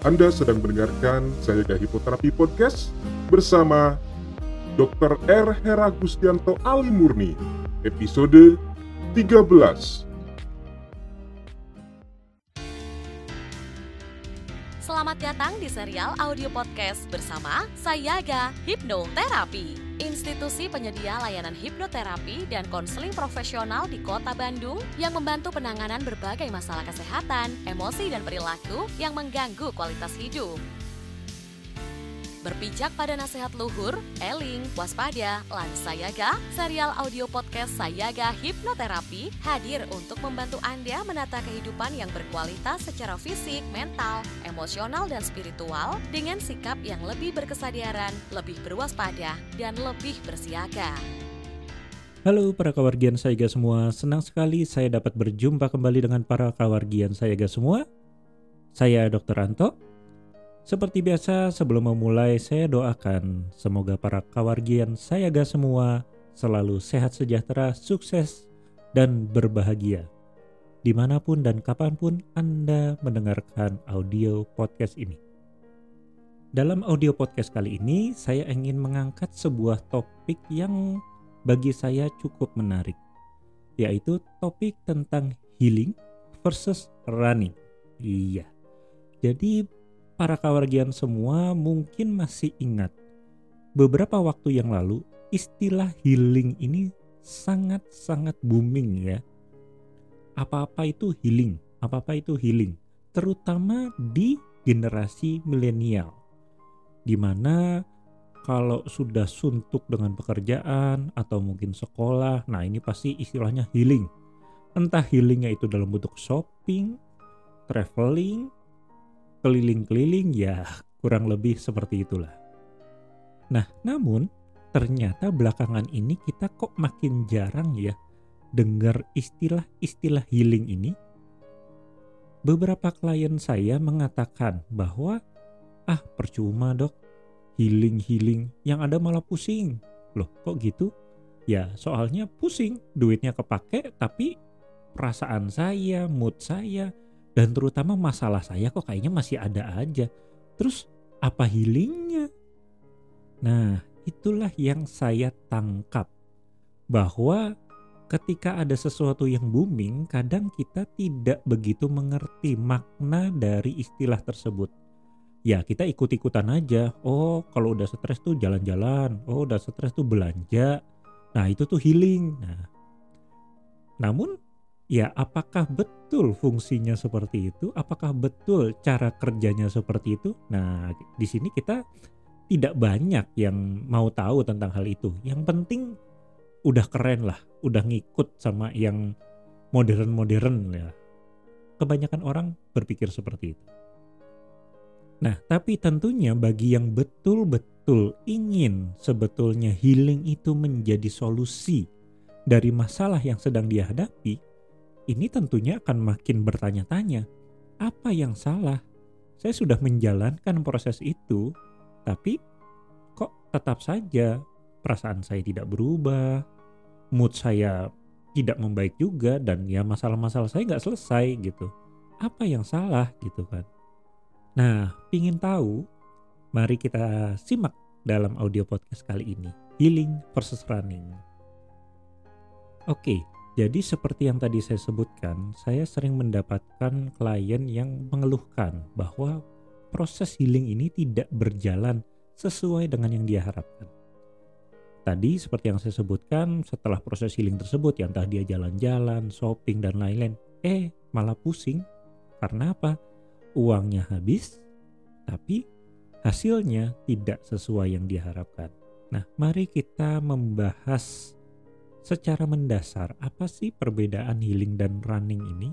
Anda sedang mendengarkan Sayaga Hipnoterapi Podcast bersama Dr. R. Hera Gustianto Ali Murni, episode 13. Selamat datang di serial audio podcast bersama Sayaga Hipnoterapi, institusi penyedia layanan hipnoterapi dan konseling profesional di Kota Bandung yang membantu penanganan berbagai masalah kesehatan, emosi dan perilaku yang mengganggu kualitas hidup. Berpijak pada nasihat luhur, eling, waspada, lan sayaga, serial audio podcast Sayaga Hipnoterapi hadir untuk membantu Anda menata kehidupan yang berkualitas secara fisik, mental, emosional, dan spiritual dengan sikap yang lebih berkesadaran, lebih berwaspada, dan lebih bersiaga. Halo para kawargian Sayaga semua, senang sekali saya dapat berjumpa kembali dengan para kawargian Sayaga semua. Saya Dr. Anto. Seperti biasa, sebelum memulai saya doakan semoga para kawargian Sayaga semua selalu sehat sejahtera, sukses, dan berbahagia dimanapun dan kapanpun Anda mendengarkan audio podcast ini. Dalam audio podcast kali ini, saya ingin mengangkat sebuah topik yang bagi saya cukup menarik, yaitu topik tentang healing versus running. Iya, jadi para kawargian semua mungkin masih ingat beberapa waktu yang lalu istilah healing ini sangat-sangat booming ya. Apa-apa itu healing, apa-apa itu healing, terutama di generasi milenial, dimana kalau sudah suntuk dengan pekerjaan atau mungkin sekolah, nah ini pasti istilahnya healing. Entah healingnya itu dalam bentuk shopping, traveling, keliling-keliling, ya kurang lebih seperti itulah. Nah, namun ternyata belakangan ini kita kok makin jarang ya dengar istilah-istilah healing ini. Beberapa klien saya mengatakan bahwa percuma dok, healing yang ada malah pusing. Loh kok gitu? Ya soalnya pusing, duitnya kepake tapi perasaan saya, mood saya, dan terutama masalah saya kok kayaknya masih ada aja. Terus apa healingnya? Nah, itulah yang saya tangkap. Bahwa ketika ada sesuatu yang booming, kadang kita tidak begitu mengerti makna dari istilah tersebut. Ya kita ikut-ikutan aja. Oh kalau udah stres tuh jalan-jalan. Oh udah stres tuh belanja. Nah itu tuh healing. Nah, namun ya, apakah betul fungsinya seperti itu? Apakah betul cara kerjanya seperti itu? Nah, di sini kita tidak banyak yang mau tahu tentang hal itu. Yang penting udah keren lah, udah ngikut sama yang modern-modern ya. Kebanyakan orang berpikir seperti itu. Nah, tapi tentunya bagi yang betul-betul ingin sebetulnya healing itu menjadi solusi dari masalah yang sedang dia hadapi, ini tentunya akan makin bertanya-tanya, apa yang salah? Saya sudah menjalankan proses itu, tapi kok tetap saja perasaan saya tidak berubah, mood saya tidak membaik juga, dan ya masalah-masalah saya nggak selesai gitu. Apa yang salah gitu kan? Nah, pingin tahu? Mari kita simak dalam audio podcast kali ini, healing versus running. Oke. Jadi seperti yang tadi saya sebutkan, saya sering mendapatkan klien yang mengeluhkan bahwa proses healing ini tidak berjalan sesuai dengan yang dia harapkan. Tadi seperti yang saya sebutkan, setelah proses healing tersebut, ya entah dia jalan-jalan, shopping, dan lain-lain, malah pusing. Karena apa? Uangnya habis, tapi hasilnya tidak sesuai yang diharapkan. Nah, mari kita membahas secara mendasar, apa sih perbedaan healing dan running ini?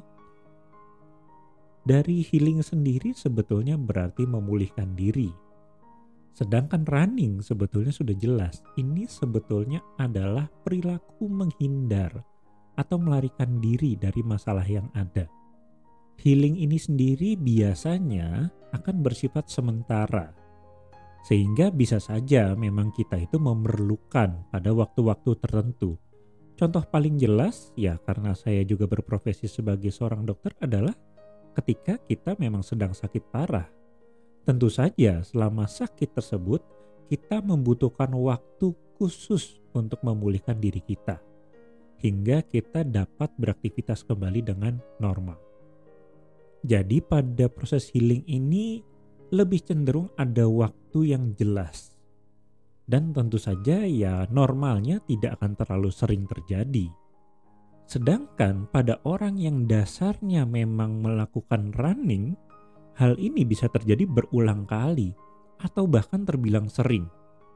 Dari healing sendiri sebetulnya berarti memulihkan diri. Sedangkan running sebetulnya sudah jelas, ini sebetulnya adalah perilaku menghindar atau melarikan diri dari masalah yang ada. Healing ini sendiri biasanya akan bersifat sementara, sehingga bisa saja memang kita itu memerlukan pada waktu-waktu tertentu. Contoh paling jelas ya, karena saya juga berprofesi sebagai seorang dokter, adalah ketika kita memang sedang sakit parah. tentu saja selama sakit tersebut kita membutuhkan waktu khusus untuk memulihkan diri kita hingga kita dapat beraktivitas kembali dengan normal. Jadi pada proses healing ini lebih cenderung ada waktu yang jelas. Dan tentu saja ya normalnya tidak akan terlalu sering terjadi. Sedangkan pada orang yang dasarnya memang melakukan running, hal ini bisa terjadi berulang kali atau bahkan terbilang sering.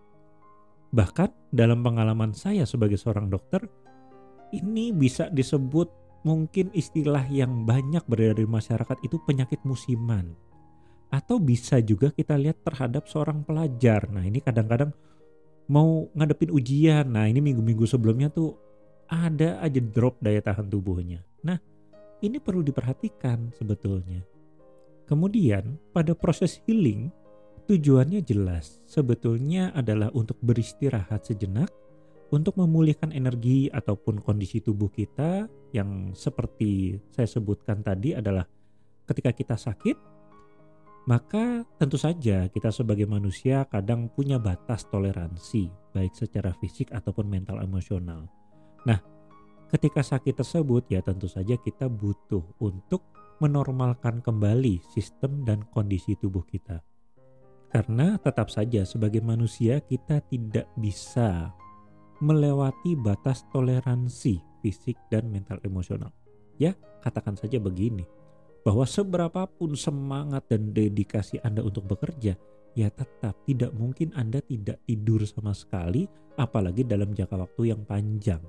Bahkan dalam pengalaman saya sebagai seorang dokter, ini bisa disebut mungkin istilah yang banyak beredar di masyarakat itu penyakit musiman. Atau bisa juga kita lihat terhadap seorang pelajar. Nah ini kadang-kadang mau ngadepin ujian. Nah ini minggu-minggu sebelumnya tuh ada aja drop daya tahan tubuhnya. Nah ini perlu diperhatikan sebetulnya. Kemudian pada proses healing tujuannya jelas. Sebetulnya adalah untuk beristirahat sejenak, untuk memulihkan energi ataupun kondisi tubuh kita yang seperti saya sebutkan tadi adalah ketika kita sakit, maka tentu saja kita sebagai manusia kadang punya batas toleransi, baik secara fisik ataupun mental emosional. Nah, ketika sakit tersebut ya tentu saja kita butuh untuk menormalkan kembali sistem dan kondisi tubuh kita. Karena tetap saja sebagai manusia kita tidak bisa melewati batas toleransi fisik dan mental emosional. Ya, katakan saja begini, bahwa seberapapun semangat dan dedikasi Anda untuk bekerja, ya tetap tidak mungkin Anda tidak tidur sama sekali, apalagi dalam jangka waktu yang panjang.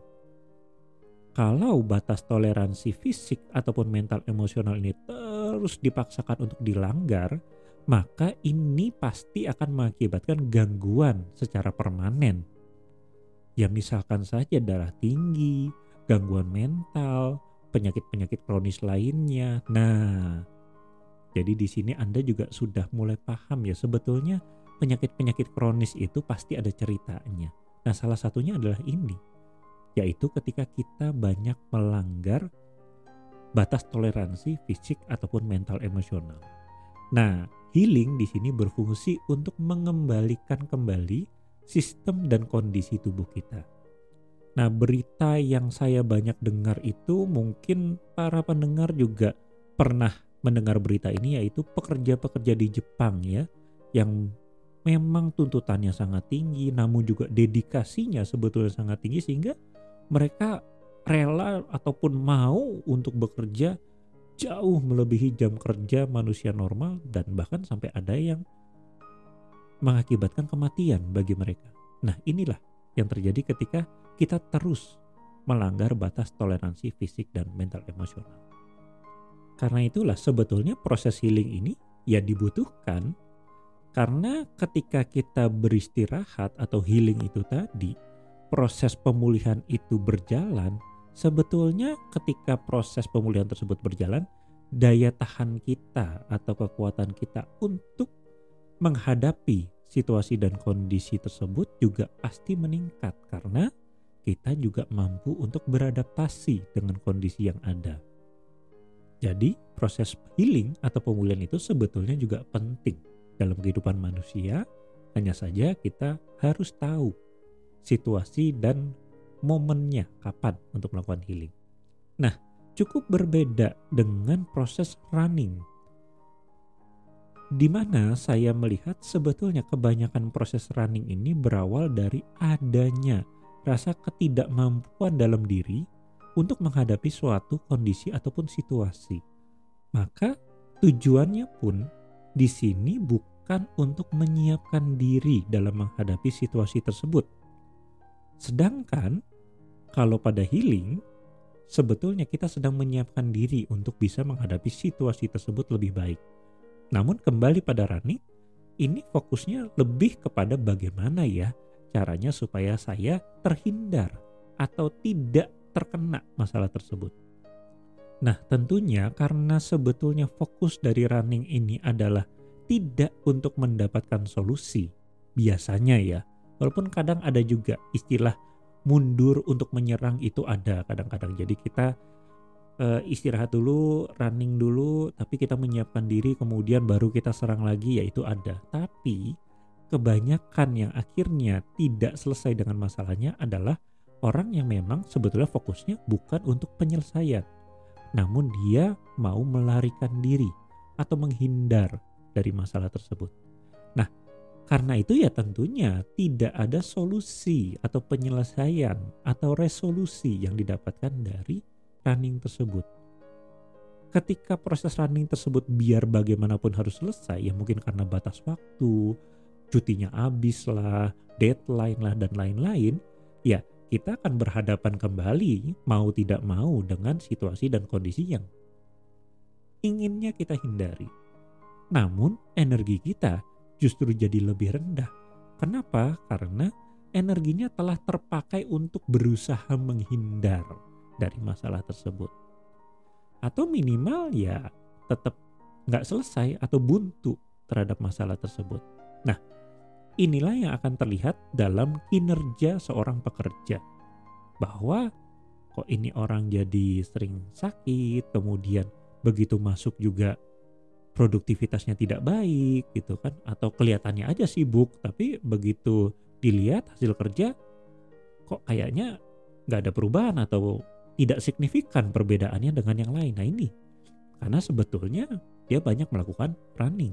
Kalau batas toleransi fisik ataupun mental emosional ini terus dipaksakan untuk dilanggar, maka ini pasti akan mengakibatkan gangguan secara permanen. Ya misalkan saja darah tinggi, gangguan mental, penyakit-penyakit kronis lainnya. Nah, jadi di sini Anda juga sudah mulai paham ya sebetulnya penyakit-penyakit kronis itu pasti ada ceritanya. Nah, salah satunya adalah ini, yaitu ketika kita banyak melanggar batas toleransi fisik ataupun mental emosional. Nah, healing di sini berfungsi untuk mengembalikan kembali sistem dan kondisi tubuh kita. Nah, berita yang saya banyak dengar itu mungkin para pendengar juga pernah mendengar berita ini, yaitu pekerja-pekerja di Jepang ya, yang memang tuntutannya sangat tinggi namun juga dedikasinya sebetulnya sangat tinggi sehingga mereka rela ataupun mau untuk bekerja jauh melebihi jam kerja manusia normal dan bahkan sampai ada yang mengakibatkan kematian bagi mereka. Nah inilah yang terjadi ketika kita terus melanggar batas toleransi fisik dan mental emosional. Karena itulah sebetulnya proses healing ini ya dibutuhkan, karena ketika kita beristirahat atau healing itu tadi, proses pemulihan itu berjalan, sebetulnya ketika proses pemulihan tersebut berjalan, daya tahan kita atau kekuatan kita untuk menghadapi situasi dan kondisi tersebut juga pasti meningkat karena kita juga mampu untuk beradaptasi dengan kondisi yang ada. Jadi proses healing atau pemulihan itu sebetulnya juga penting dalam kehidupan manusia, hanya saja kita harus tahu situasi dan momennya kapan untuk melakukan healing. Nah, cukup berbeda dengan proses running, di mana saya melihat sebetulnya kebanyakan proses running ini berawal dari adanya rasa ketidakmampuan dalam diri untuk menghadapi suatu kondisi ataupun situasi. Maka tujuannya pun di sini bukan untuk menyiapkan diri dalam menghadapi situasi tersebut. Sedangkan kalau pada healing, sebetulnya kita sedang menyiapkan diri untuk bisa menghadapi situasi tersebut lebih baik. Namun kembali pada running, ini fokusnya lebih kepada bagaimana ya caranya supaya saya terhindar atau tidak terkena masalah tersebut. Nah tentunya karena sebetulnya fokus dari running ini adalah tidak untuk mendapatkan solusi, biasanya ya, walaupun kadang ada juga istilah mundur untuk menyerang itu ada kadang-kadang. Jadi kita istirahat dulu, running dulu, tapi kita menyiapkan diri kemudian baru kita serang lagi, yaitu ada. Tapi kebanyakan yang akhirnya tidak selesai dengan masalahnya adalah orang yang memang sebetulnya fokusnya bukan untuk penyelesaian, namun dia mau melarikan diri atau menghindar dari masalah tersebut. Nah, karena itu ya tentunya tidak ada solusi atau penyelesaian atau resolusi yang didapatkan dari running tersebut. Ketika proses running tersebut biar bagaimanapun harus selesai, ya mungkin karena batas waktu, cutinya habis lah, deadline lah, dan lain-lain, ya kita akan berhadapan kembali mau tidak mau dengan situasi dan kondisi yang inginnya kita hindari. Namun energi kita justru jadi lebih rendah. Kenapa? Karena energinya telah terpakai untuk berusaha menghindar dari masalah tersebut. Atau minimal ya tetap nggak selesai atau buntu terhadap masalah tersebut. Nah, inilah yang akan terlihat dalam kinerja seorang pekerja. Bahwa kok ini orang jadi sering sakit, kemudian begitu masuk juga produktivitasnya tidak baik gitu kan, atau kelihatannya aja sibuk tapi begitu dilihat hasil kerja kok kayaknya nggak ada perubahan atau tidak signifikan perbedaannya dengan yang lain. Nah ini karena sebetulnya dia banyak melakukan running.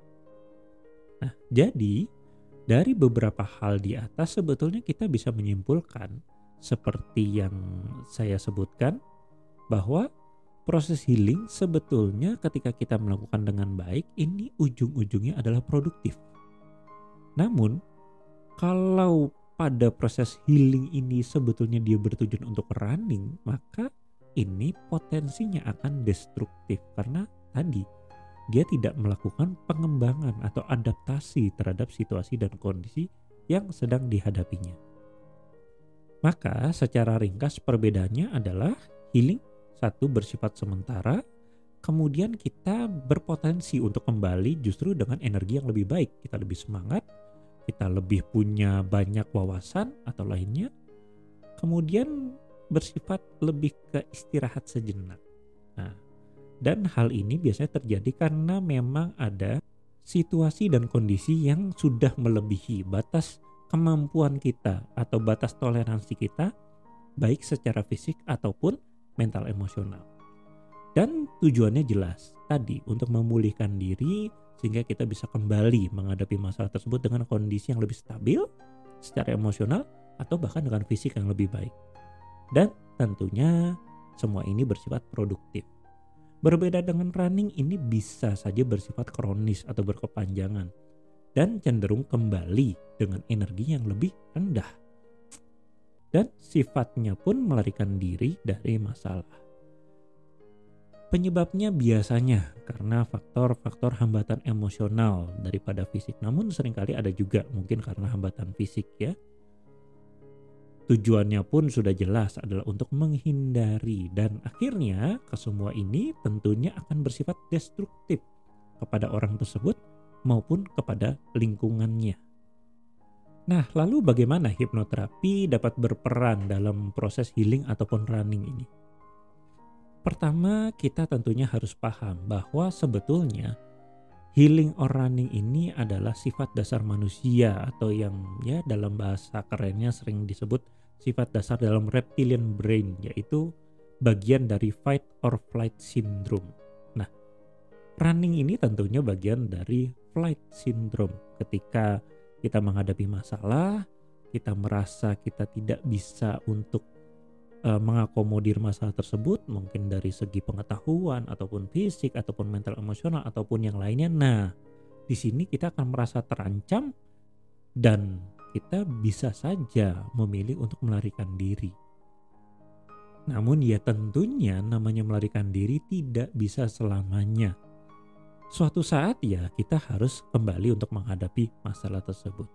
Nah jadi dari beberapa hal di atas sebetulnya kita bisa menyimpulkan seperti yang saya sebutkan bahwa proses healing sebetulnya ketika kita melakukan dengan baik ini ujung-ujungnya adalah produktif. Namun kalau pada proses healing ini sebetulnya dia bertujuan untuk running, maka ini potensinya akan destruktif karena tadi dia tidak melakukan pengembangan atau adaptasi terhadap situasi dan kondisi yang sedang dihadapinya. Maka secara ringkas perbedaannya adalah healing satu bersifat sementara, kemudian kita berpotensi untuk kembali justru dengan energi yang lebih baik, kita lebih semangat, kita lebih punya banyak wawasan atau lainnya, kemudian bersifat lebih ke istirahat sejenak. Nah, dan hal ini biasanya terjadi karena memang ada situasi dan kondisi yang sudah melebihi batas kemampuan kita atau batas toleransi kita, baik secara fisik ataupun mental emosional. Dan tujuannya jelas, tadi untuk memulihkan diri sehingga kita bisa kembali menghadapi masalah tersebut dengan kondisi yang lebih stabil secara emosional atau bahkan dengan fisik yang lebih baik. Dan tentunya semua ini bersifat produktif. Berbeda dengan running, ini bisa saja bersifat kronis atau berkepanjangan dan cenderung kembali dengan energi yang lebih rendah. Dan sifatnya pun melarikan diri dari masalah. Penyebabnya biasanya karena faktor-faktor hambatan emosional daripada fisik. Namun seringkali ada juga mungkin karena hambatan fisik ya. Tujuannya pun sudah jelas adalah untuk menghindari. Dan akhirnya kesemua ini tentunya akan bersifat destruktif kepada orang tersebut maupun kepada lingkungannya. Nah lalu bagaimana hipnoterapi dapat berperan dalam proses healing ataupun running ini? Pertama, kita tentunya harus paham bahwa sebetulnya healing or running ini adalah sifat dasar manusia atau yang ya dalam bahasa kerennya sering disebut sifat dasar dalam reptilian brain, yaitu bagian dari fight or flight syndrome. Nah, running ini tentunya bagian dari flight syndrome. Ketika kita menghadapi masalah, kita merasa kita tidak bisa untuk mengakomodir masalah tersebut, mungkin dari segi pengetahuan ataupun fisik ataupun mental emosional ataupun yang lainnya. Nah, di sini kita akan merasa terancam dan kita bisa saja memilih untuk melarikan diri. Namun ya tentunya namanya melarikan diri tidak bisa selamanya. Suatu saat ya kita harus kembali untuk menghadapi masalah tersebut.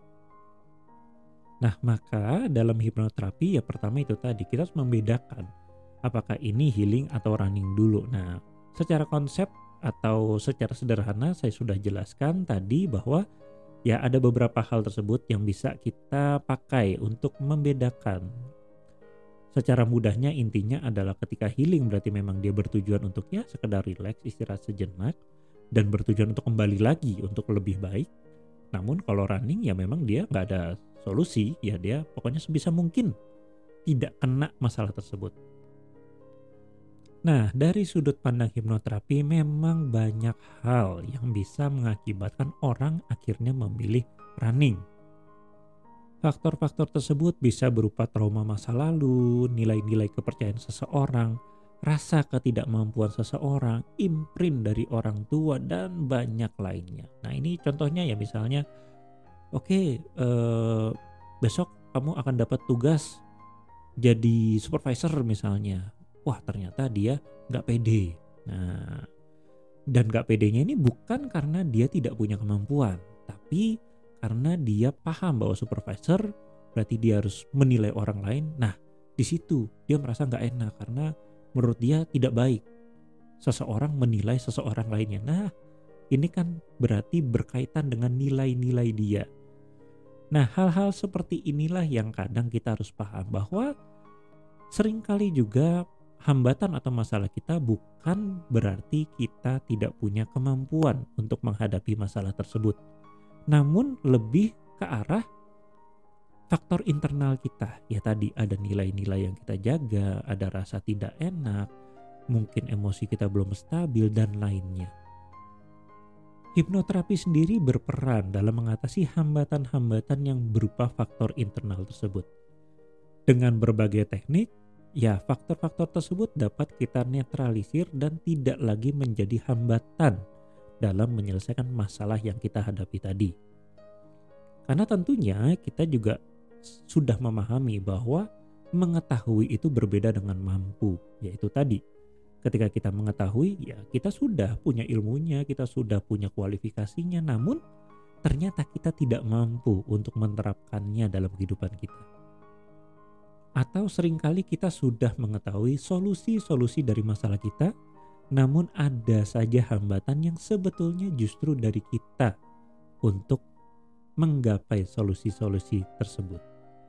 Nah maka dalam hipnoterapi ya pertama itu tadi kita harus membedakan apakah ini healing atau running dulu. Nah secara konsep atau secara sederhana saya sudah jelaskan tadi bahwa ya ada beberapa hal tersebut yang bisa kita pakai untuk membedakan Secara mudahnya intinya adalah ketika healing berarti memang dia bertujuan untuk ya sekedar relax, istirahat sejenak, dan bertujuan untuk kembali lagi untuk lebih baik. Namun kalau running ya memang dia nggak ada solusi, ya dia pokoknya sebisa mungkin tidak kena masalah tersebut. Nah, dari sudut pandang hipnoterapi memang banyak hal yang bisa mengakibatkan orang akhirnya memilih running. Faktor-faktor tersebut bisa berupa trauma masa lalu, nilai-nilai kepercayaan seseorang, rasa ketidakmampuan seseorang, imprint dari orang tua, dan banyak lainnya. Nah, ini contohnya ya misalnya, besok kamu akan dapat tugas jadi supervisor misalnya. Wah, ternyata dia nggak pede. Nah, dan nggak pedenya ini bukan karena dia tidak punya kemampuan, tapi karena dia paham bahwa supervisor berarti dia harus menilai orang lain. Nah, di situ dia merasa nggak enak karena menurut dia tidak baik seseorang menilai seseorang lainnya. Nah, ini kan berarti berkaitan dengan nilai-nilai dia. Nah, hal-hal seperti inilah yang kadang kita harus paham bahwa seringkali juga hambatan atau masalah kita bukan berarti kita tidak punya kemampuan untuk menghadapi masalah tersebut. Namun lebih ke arah faktor internal kita. Ya tadi ada nilai-nilai yang kita jaga, ada rasa tidak enak, mungkin emosi kita belum stabil dan lainnya. Hipnoterapi sendiri berperan dalam mengatasi hambatan-hambatan yang berupa faktor internal tersebut. Dengan berbagai teknik, ya faktor-faktor tersebut dapat kita netralisir dan tidak lagi menjadi hambatan dalam menyelesaikan masalah yang kita hadapi tadi. Karena tentunya kita juga sudah memahami bahwa mengetahui itu berbeda dengan mampu, yaitu tadi. Ketika kita mengetahui, ya kita sudah punya ilmunya, kita sudah punya kualifikasinya, namun ternyata kita tidak mampu untuk menerapkannya dalam kehidupan kita. Atau seringkali kita sudah mengetahui solusi-solusi dari masalah kita, namun ada saja hambatan yang sebetulnya justru dari kita untuk menggapai solusi-solusi tersebut.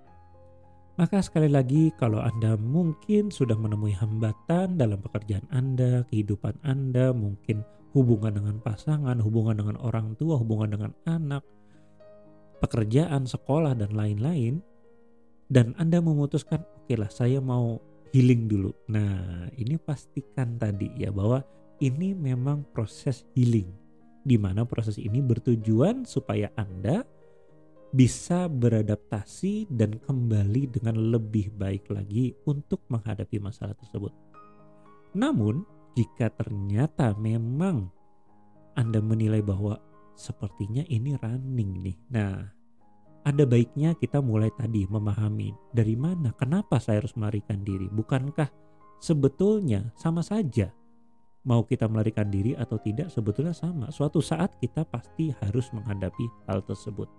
Maka sekali lagi, kalau Anda mungkin sudah menemui hambatan dalam pekerjaan Anda, kehidupan Anda, mungkin hubungan dengan pasangan, hubungan dengan orang tua, hubungan dengan anak, pekerjaan, sekolah, dan lain-lain, dan Anda memutuskan, oke lah saya mau healing dulu. Nah, ini pastikan tadi ya bahwa ini memang proses healing, di mana proses ini bertujuan supaya Anda bisa beradaptasi dan kembali dengan lebih baik lagi untuk menghadapi masalah tersebut. Namun, jika ternyata memang Anda menilai bahwa sepertinya ini running nih. Nah, ada baiknya kita mulai tadi memahami dari mana, kenapa saya harus melarikan diri. Bukankah sebetulnya sama saja mau kita melarikan diri atau tidak, sebetulnya sama. Suatu saat kita pasti harus menghadapi hal tersebut.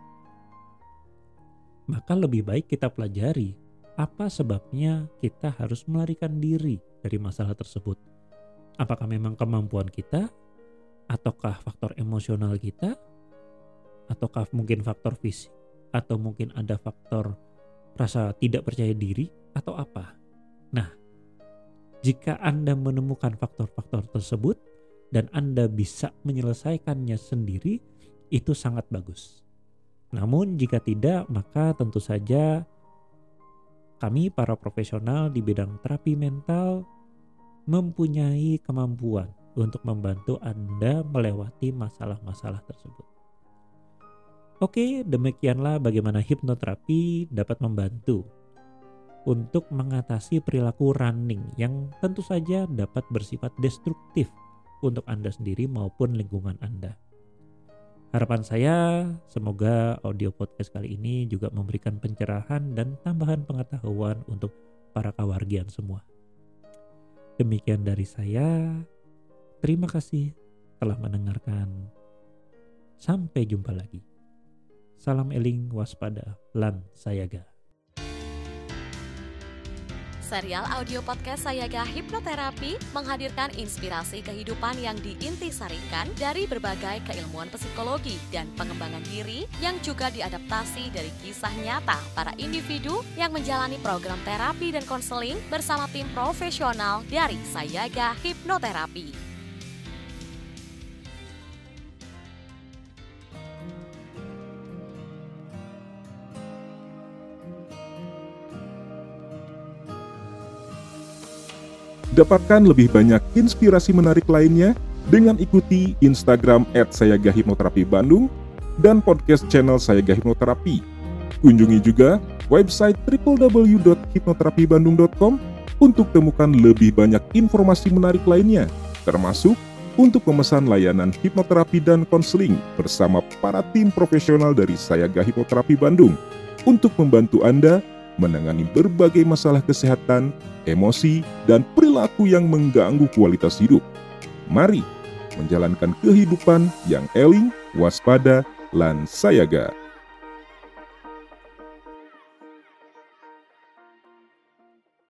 Maka lebih baik kita pelajari apa sebabnya kita harus melarikan diri dari masalah tersebut. Apakah memang kemampuan kita, ataukah faktor emosional kita, ataukah mungkin faktor fisik, atau mungkin ada faktor rasa tidak percaya diri, atau apa. Nah, jika Anda menemukan faktor-faktor tersebut dan Anda bisa menyelesaikannya sendiri, itu sangat bagus. Namun jika tidak, maka tentu saja kami para profesional di bidang terapi mental mempunyai kemampuan untuk membantu Anda melewati masalah-masalah tersebut. Oke, demikianlah bagaimana hipnoterapi dapat membantu untuk mengatasi perilaku running yang tentu saja dapat bersifat destruktif untuk Anda sendiri maupun lingkungan Anda. Harapan saya semoga audio podcast kali ini juga memberikan pencerahan dan tambahan pengetahuan untuk para kawargian semua. Demikian dari saya. Terima kasih telah mendengarkan. Sampai jumpa lagi. Salam eling waspada lan sayaga. Serial audio podcast Sayaga Hipnoterapi menghadirkan inspirasi kehidupan yang diintisarikan dari berbagai keilmuan psikologi dan pengembangan diri yang juga diadaptasi dari kisah nyata para individu yang menjalani program terapi dan konseling bersama tim profesional dari Sayaga Hipnoterapi. Dapatkan lebih banyak inspirasi menarik lainnya dengan ikuti Instagram @sayagahipnoterapibandung dan podcast channel Sayaga Hipnoterapi. Kunjungi juga website www.hipnoterapibandung.com untuk temukan lebih banyak informasi menarik lainnya, termasuk untuk memesan layanan hipnoterapi dan konseling bersama para tim profesional dari Sayaga Hipnoterapi Bandung untuk membantu Anda menangani berbagai masalah kesehatan, emosi, dan perilaku yang mengganggu kualitas hidup. Mari menjalankan kehidupan yang eling, waspada, lan sayaga.